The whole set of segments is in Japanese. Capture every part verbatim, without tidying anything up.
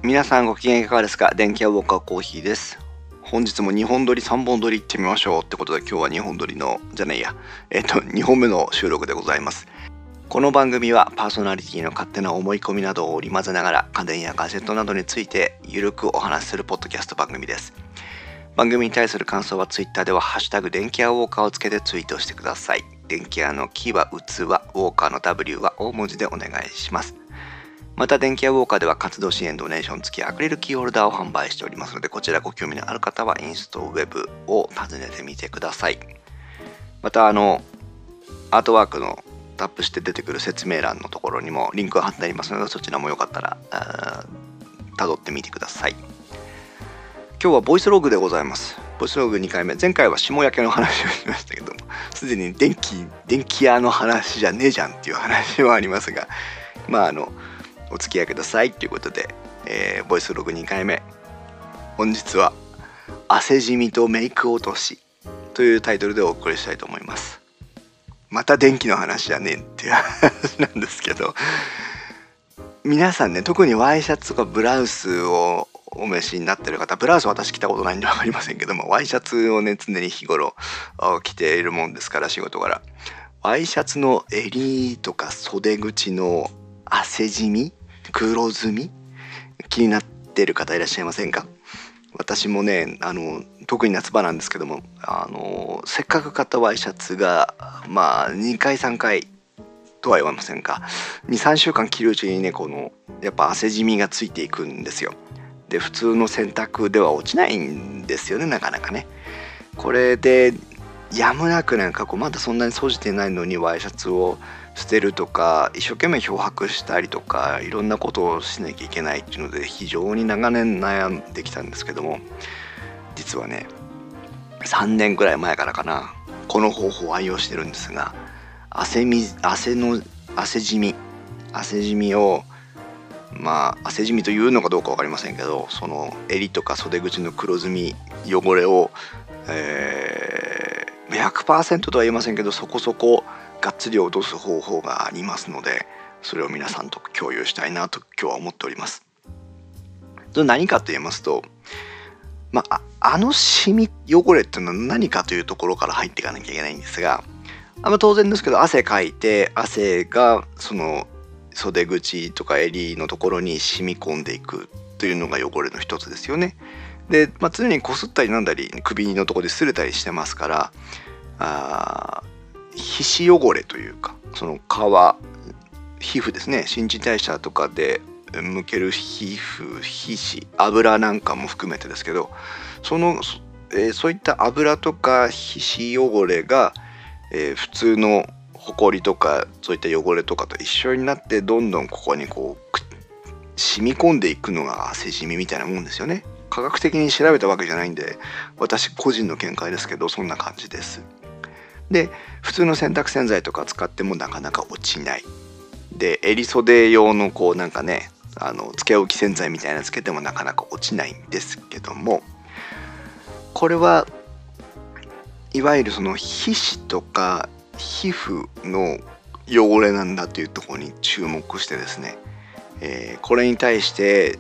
皆さんご機嫌いかがですか？電気屋ウォーカーコーヒーです。本日もにほん撮りさんぼん撮り行ってみましょうってことで、今日はにほん撮りのじゃないやえっとにほんめの収録でございます。この番組はパーソナリティの勝手な思い込みなどを織り交ぜながら、家電やガジェットなどについてゆるくお話しするポッドキャスト番組です。番組に対する感想はツイッターではハッシュタグ電気屋ウォーカーをつけてツイートしてください。電気屋のキは器、ウォーカーの ダブリュー は大文字でお願いします。また電気屋ウォーカーでは活動支援ドネーション付きアクリルキーホルダーを販売しておりますので、こちらご興味のある方はインストウェブを訪ねてみてください。またあのアートワークのタップして出てくる説明欄のところにもリンクが貼ってありますので、そちらもよかったら辿ってみてください。今日はボイスログでございます。ボイスログにかいめ。前回は霜焼けの話をしましたけども、すでに電気電気屋の話じゃねえじゃんっていう話はありますが、まああのお付き合いくださいということで、えー、ボイスログにかいめ。本日は汗じみとメイク落としというタイトルでお送りしたいと思います。また電気の話じゃねえっていう話なんですけど、皆さんね、特にワイシャツとかブラウスをお召しになってる方、ブラウスは私着たことないんで分かりませんけども、ワイシャツをね常に日頃着ているもんですから、仕事柄ワイシャツの襟とか袖口の汗じみ、黒ずみ、気になってる方いらっしゃいませんか？私もね、あの特に夏場なんですけども、あのせっかく買ったワイシャツがまあにかいさんかいとは言わませんか、にさんしゅうかん着るうちにね、このやっぱ汗じみがついていくんですよ。で普通の洗濯では落ちないんですよね、なかなかね。これでやむなくなんかこう、まだそんなに掃除てないのにワイシャツを捨てるとか、一生懸命漂白したりとか、いろんなことをしなきゃいけないっていうので非常に長年悩んできたんですけども、実はねさんねんぐらい前からかな、この方法を愛用してるんですが、汗み汗の汗じみ汗じみをまあ汗じみというのかどうか分かりませんけど、その襟とか袖口の黒ずみ汚れを、えー、ひゃくパーセント とは言えませんけど、そこそこがっつり落とす方法がありますので、それを皆さんと共有したいなと今日は思っております。それ何かと言いますと、まあ、あのシミ汚れっていうのは何かというところから入っていかなきゃいけないんですが、あの当然ですけど、汗かいて汗がその袖口とか襟のところに染み込んでいくというのが汚れの一つですよね。で、まあ、常にこすったりなんだり首のところで擦れたりしてますから、あ皮脂汚れというか、その皮皮膚ですね、新陳代謝とかでむける皮膚、皮脂、油なんかも含めてですけど、その、えー、そういった油とか皮脂汚れが、えー、普通のホコリとかそういった汚れとかと一緒になって、どんどんここにこう染み込んでいくのが汗じみみたいなもんですよね。科学的に調べたわけじゃないんで、私個人の見解ですけど、そんな感じです。で普通の洗濯洗剤とか使ってもなかなか落ちない。で襟袖用のこうなんかね、あのつけ置き洗剤みたいなのつけてもなかなか落ちないんですけども、これはいわゆるその皮脂とか皮膚の汚れなんだというところに注目してですね、えー、これに対して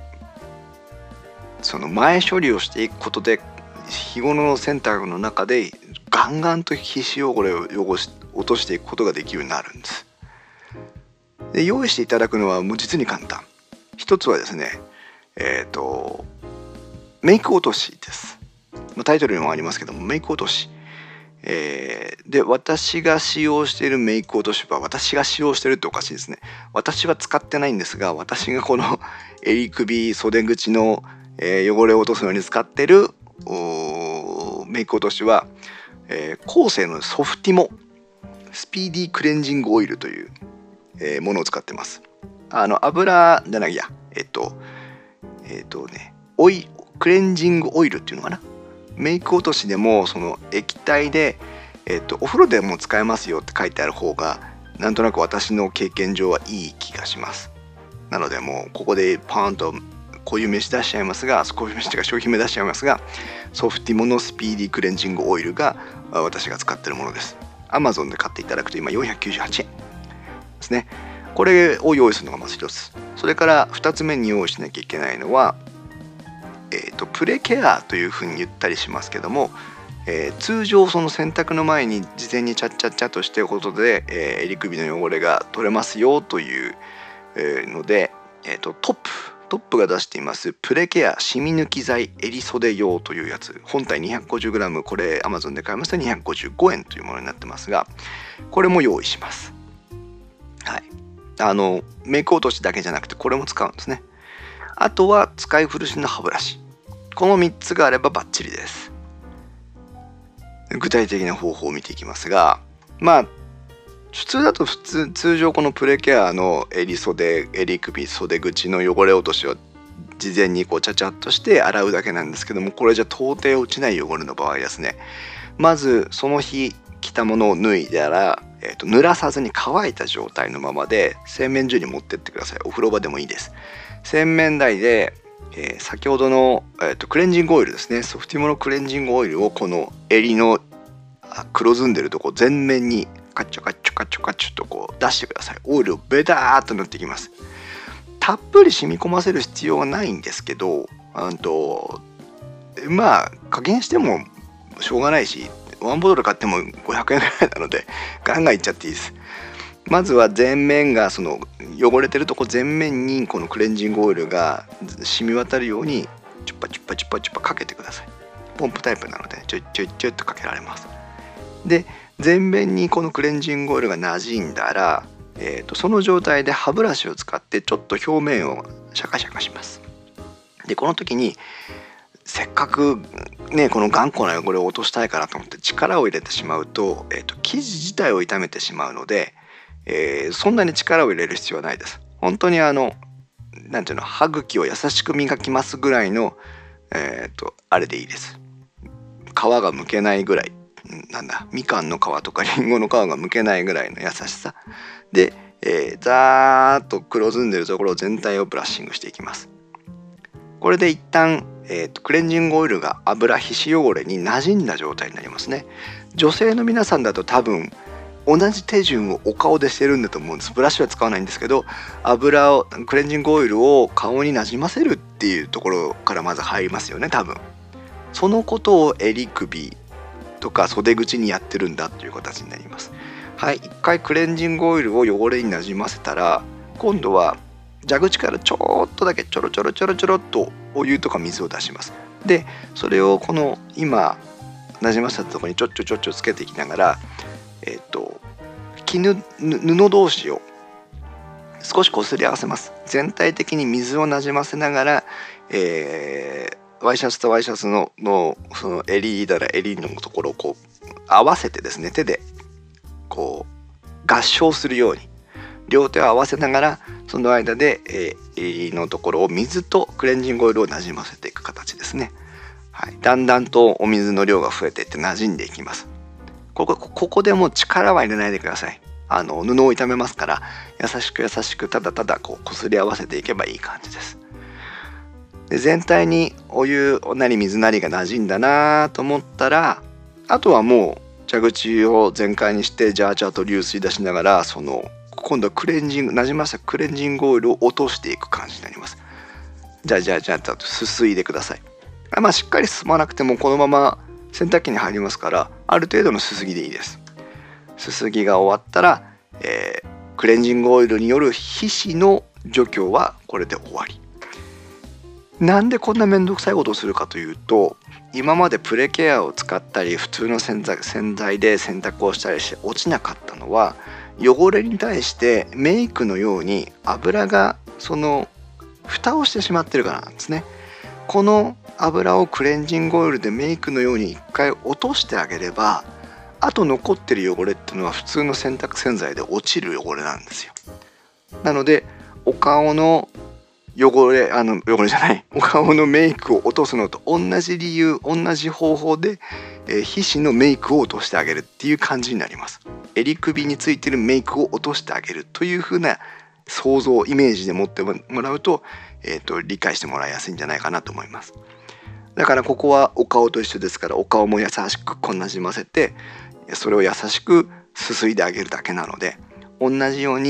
その前処理をしていくことで、日頃の洗濯の中でガンガンと皮脂汚れを汚し落としていくことができるようになるんです。で用意していただくのはもう実に簡単。一つはですね、えっとメイク落としです。タイトルにもありますけども、メイク落とし、えー、で私が使用しているメイク落としは、私が使用しているっておかしいですね。私は使ってないんですが、私がこの襟首袖口の、えー、汚れを落とすのに使ってるメイク落としは、えー、コーセーのソフティモスピーディークレンジングオイルという、えー、ものを使ってます。あの油じゃないやえっとえっとねオイクレンジングオイルっていうのかな。メイク落としでもその液体で、えっと、お風呂でも使えますよって書いてある方が、なんとなく私の経験上はいい気がします。なのでもうここでパーンとこういう名詞出しちゃいますが、こういう名詞というか商品名出しちゃいますが、ソフティモのスピーディークレンジングオイルが私が使っているものです。Amazon で買っていただくと今よんひゃくきゅうじゅうはちえんですね。 これを用意するのがまず一つ。それからふたつめに用意しなきゃいけないのは、えーと、プレケアというふうに言ったりしますけども、えー、通常その洗濯の前に事前にチャッチャッチャとしておくことで、えー、襟首の汚れが取れますよという、えー、ので、えーと、トップトップが出していますプレケア染み抜き剤襟袖用というやつ、本体 にひゃくごじゅうグラム、 これ Amazon で買いますとにひゃくごじゅうごえんというものになってますが、これも用意します。はい、あのメイク落としだけじゃなくてこれも使うんですね。あとは使い古しの歯ブラシ、このみっつがあればバッチリです。具体的な方法を見ていきますが、まあ普通だと普通通常このプレケアの襟袖襟首袖口の汚れ落としを事前にこうチャチャっとして洗うだけなんですけども、これじゃ到底落ちない汚れの場合ですね、まずその日着たものを脱いだら、えー、と濡らさずに乾いた状態のままで洗面所に持ってってください。お風呂場でもいいです。洗面台で、えー、先ほどの、えー、とクレンジングオイルですね、ソフティモのクレンジングオイルをこの襟の黒ずんでるとこ全面にカチュカチュカチュカチュとこう出してください。オイルをベターっと塗っていきます。たっぷり染み込ませる必要はないんですけど、あとまあ加減してもしょうがないし、ワンボトル買ってもごひゃくえんぐらいなのでガンガンいっちゃっていいです。まずは全面がその汚れてるとこ全面にこのクレンジングオイルが染み渡るようにチュッパチュッパチュッパチュッパかけてください。ポンプタイプなのでチュッチュッチュッとかけられます。で全面にこのクレンジングオイルが馴染んだら、えー、とその状態で歯ブラシを使ってちょっと表面をシャカシャカします。でこの時にせっかくねこの頑固な汚れを落としたいからと思って力を入れてしまうと、えー、と生地自体を傷めてしまうので、えー、そんなに力を入れる必要はないです。本当にあのなんていうの、歯茎を優しく磨きますぐらいの、えー、とあれでいいです。皮がむけないぐらい、なんだみかんの皮とかりんごの皮がむけないぐらいの優しさで、えー、ザーッと黒ずんでるところ全体をブラッシングしていきます。これで一旦、えー、とクレンジングオイルが油皮脂汚れに馴染んだ状態になりますね。女性の皆さんだと多分同じ手順をお顔でしてるんだと思うんです。ブラシは使わないんですけど、油をクレンジングオイルを顔になじませるっていうところからまず入りますよね。多分そのことを襟首とか袖口にやってるんだという形になります。はい、一回クレンジングオイルを汚れになじませたら、今度は蛇口からちょっとだけちょろちょろちょろちょろっとお湯とか水を出します。でそれをこの今なじませたところにちょっちょちょっちょつけていきながら、えっと絹布同士を少しこすり合わせます。全体的に水をなじませながら、えーワイシャツとワイシャツ の, のその襟だら襟のところをこう合わせてですね、手でこう合掌するように両手を合わせながら、その間で、えー、襟のところを水とクレンジングオイルをなじませていく形ですね。はい、だんだんとお水の量が増えていってなじんでいきます。ここ、ここでもう力は入れないでください。あの布を傷めますから、優しく優しくただただこうこすり合わせていけばいい感じです。で全体にお湯なり水なりが馴染んだなと思ったら、あとはもう蛇口を全開にしてジャージャーと流水出しながら、その今度はクレンジングなじましたクレンジングオイルを落としていく感じになります。じゃあじゃあじゃあとすすいでください。まあしっかり進まなくてもこのまま洗濯機に入りますから、ある程度のすすぎでいいです。すすぎが終わったら、えー、クレンジングオイルによる皮脂の除去はこれで終わり。なんでこんなめんどくさいことをするかというと、今までプレケアを使ったり普通の洗剤、洗剤で洗濯をしたりして落ちなかったのは、汚れに対してメイクのように油がその蓋をしてしまってるからなんですね。この油をクレンジングオイルでメイクのように一回落としてあげれば、あと残ってる汚れっていうのは普通の洗濯洗剤で落ちる汚れなんですよ。なのでお顔の汚れあの汚れじゃないお顔のメイクを落とすのと同じ理由同じ方法で、えー、皮脂のメイクを落としてあげるっていう感じになります。襟首についてるメイクを落としてあげるという風な想像イメージで持ってもらうと、えーと、理解してもらいやすいんじゃないかなと思います。だからここはお顔と一緒ですから、お顔も優しくこうなじませて、それを優しくすすいであげるだけなので、同じように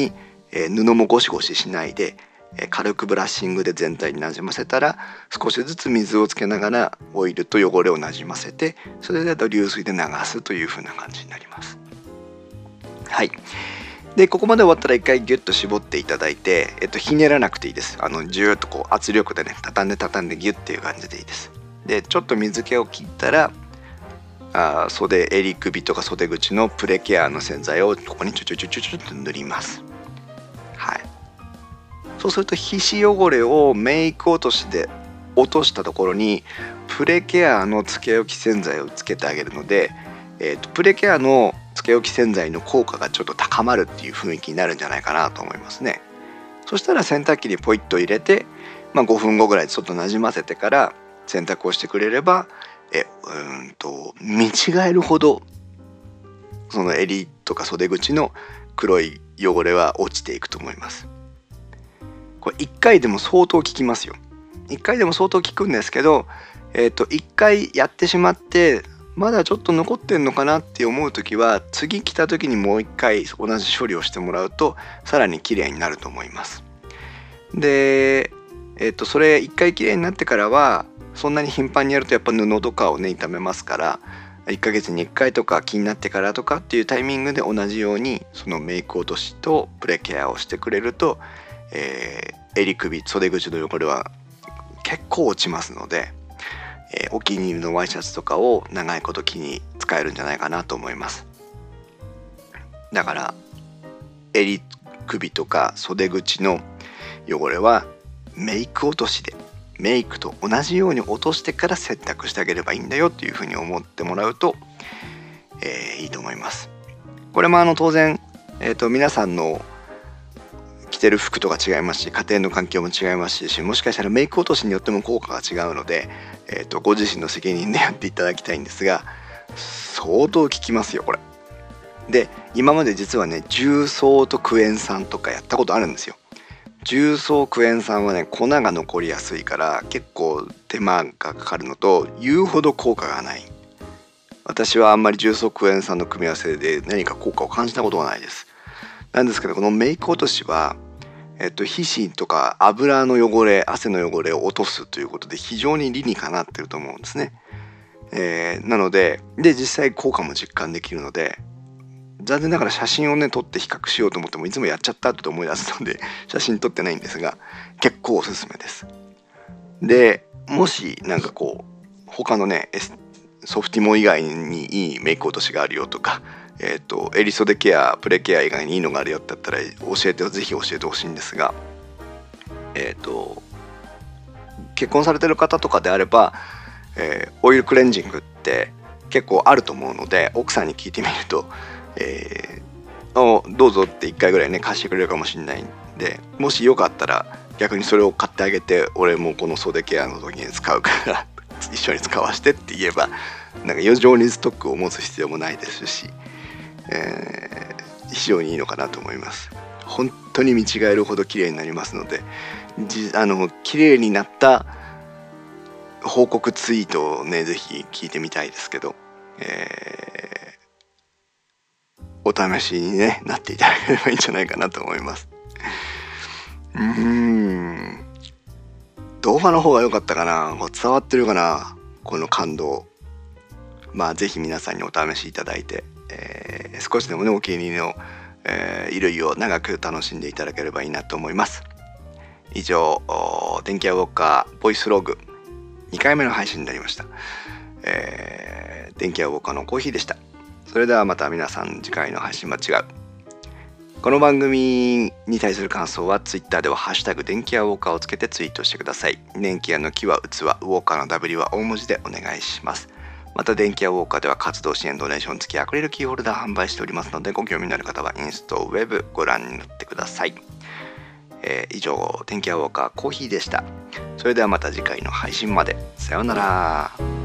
えー、布もゴシゴシしないで、えー、軽くブラッシングで全体になじませたら、少しずつ水をつけながらオイルと汚れをなじませて、それであと流水で流すという風な感じになります。はい。でここまで終わったら一回ギュッと絞っていただいて、えっと、ひねらなくていいです。あのジューッとこう圧力でね畳んで畳んでギュッっていう感じでいいです。でちょっと水気を切ったら、あ袖襟首とか袖口のプレケアの洗剤をここにちょちょちょちょちょっと塗ります。はい。そうすると皮脂汚れをメイク落としで落としたところにプレケアのつけ置き洗剤をつけてあげるので、えーと、プレケアのつけ置き洗剤の効果がちょっと高まるっていう雰囲気になるんじゃないかなと思いますね。そしたら洗濯機にポイッと入れて、まあ、ごふんごぐらいちょっとなじませてから洗濯をしてくれれば、えうんと見違えるほどその襟とか袖口の黒い汚れは落ちていくと思います。これいっかいでも相当効きますよ。いっかいでも相当効くんですけど、えーといっかいやってしまってまだちょっと残ってんのかなって思う時は、次来た時にもういっかい同じ処理をしてもらうとさらに綺麗になると思います。で、えーとそれいっかい綺麗になってからはそんなに頻繁にやるとやっぱ布とかをね傷めますから、いっかげつにいっかいとか気になってからとかっていうタイミングで同じようにそのメイク落としとプレケアをしてくれると、えー、襟首袖口の汚れは結構落ちますので、えー、お気に入りのワイシャツとかを長いこと気に使えるんじゃないかなと思います。だから襟首とか袖口の汚れはメイク落としでメイクと同じように落としてから洗濯してあげればいいんだよっていうふうに思ってもらうと、えー、いいと思います。これもあの当然、えーと、皆さんの着てる服とか違いますし、家庭の環境も違いますし、もしかしたらメイク落としによっても効果が違うので、えーと、ご自身の責任でやっていただきたいんですが、相当効きますよこれ。で今まで実はね重曹とクエン酸とかやったことあるんですよ。重曹クエン酸はね粉が残りやすいから結構手間がかかるのと言うほど効果がない。私はあんまり重曹クエン酸の組み合わせで何か効果を感じたことがないです。なんですけどこのメイク落としは、えっと、皮脂とか油の汚れ汗の汚れを落とすということで非常に理にかなってると思うんですね。えー、なのでで実際効果も実感できるので、残念ながら写真をね撮って比較しようと思ってもいつもやっちゃったと思い出すので写真撮ってないんですが、結構おすすめです。でもしなんかこう他のねソフティモ以外にいいメイク落としがあるよとか、えーと襟袖ケアプレケア以外にいいのがあるよって言ったら教えてぜひ教えてほしいんですが、えっと結婚されてる方とかであれば、えー、オイルクレンジングって結構あると思うので奥さんに聞いてみると、えー、どうぞっていっかいぐらいね貸してくれるかもしれないんで、もしよかったら逆にそれを買ってあげて、俺もこの袖ケアの時に使うから一緒に使わせてって言えば、なんか余剰にストックを持つ必要もないですし、えー、非常にいいのかなと思います。本当に見違えるほど綺麗になりますので、じあの綺麗になった報告ツイートをねぜひ聞いてみたいですけど、えー、お試しに、ね、なっていただければいいんじゃないかなと思います。うーん動画の方が良かったかな、伝わってるかなこの感動。まあぜひ皆さんにお試しいただいて、えー、少しでもねお気に入りの、えー、衣類を長く楽しんでいただければいいなと思います。以上電気屋ウォーカーボイスログにかいめの配信になりました。えー、電気屋ウォーカーのコーヒーでした。それではまた皆さん次回の配信間違う。この番組に対する感想はツイッターではハッシュタグ電気屋ウォーカーをつけてツイートしてください。電気屋の木は器、ウォーカーの W は大文字でお願いします。また電気屋ウォーカーでは活動支援ドネーション付きアクリルキーホルダー販売しておりますので、ご興味のある方はインストウェブご覧になってください。えー、以上電気屋ウォーカーコーヒーでした。それではまた次回の配信まで。さようなら。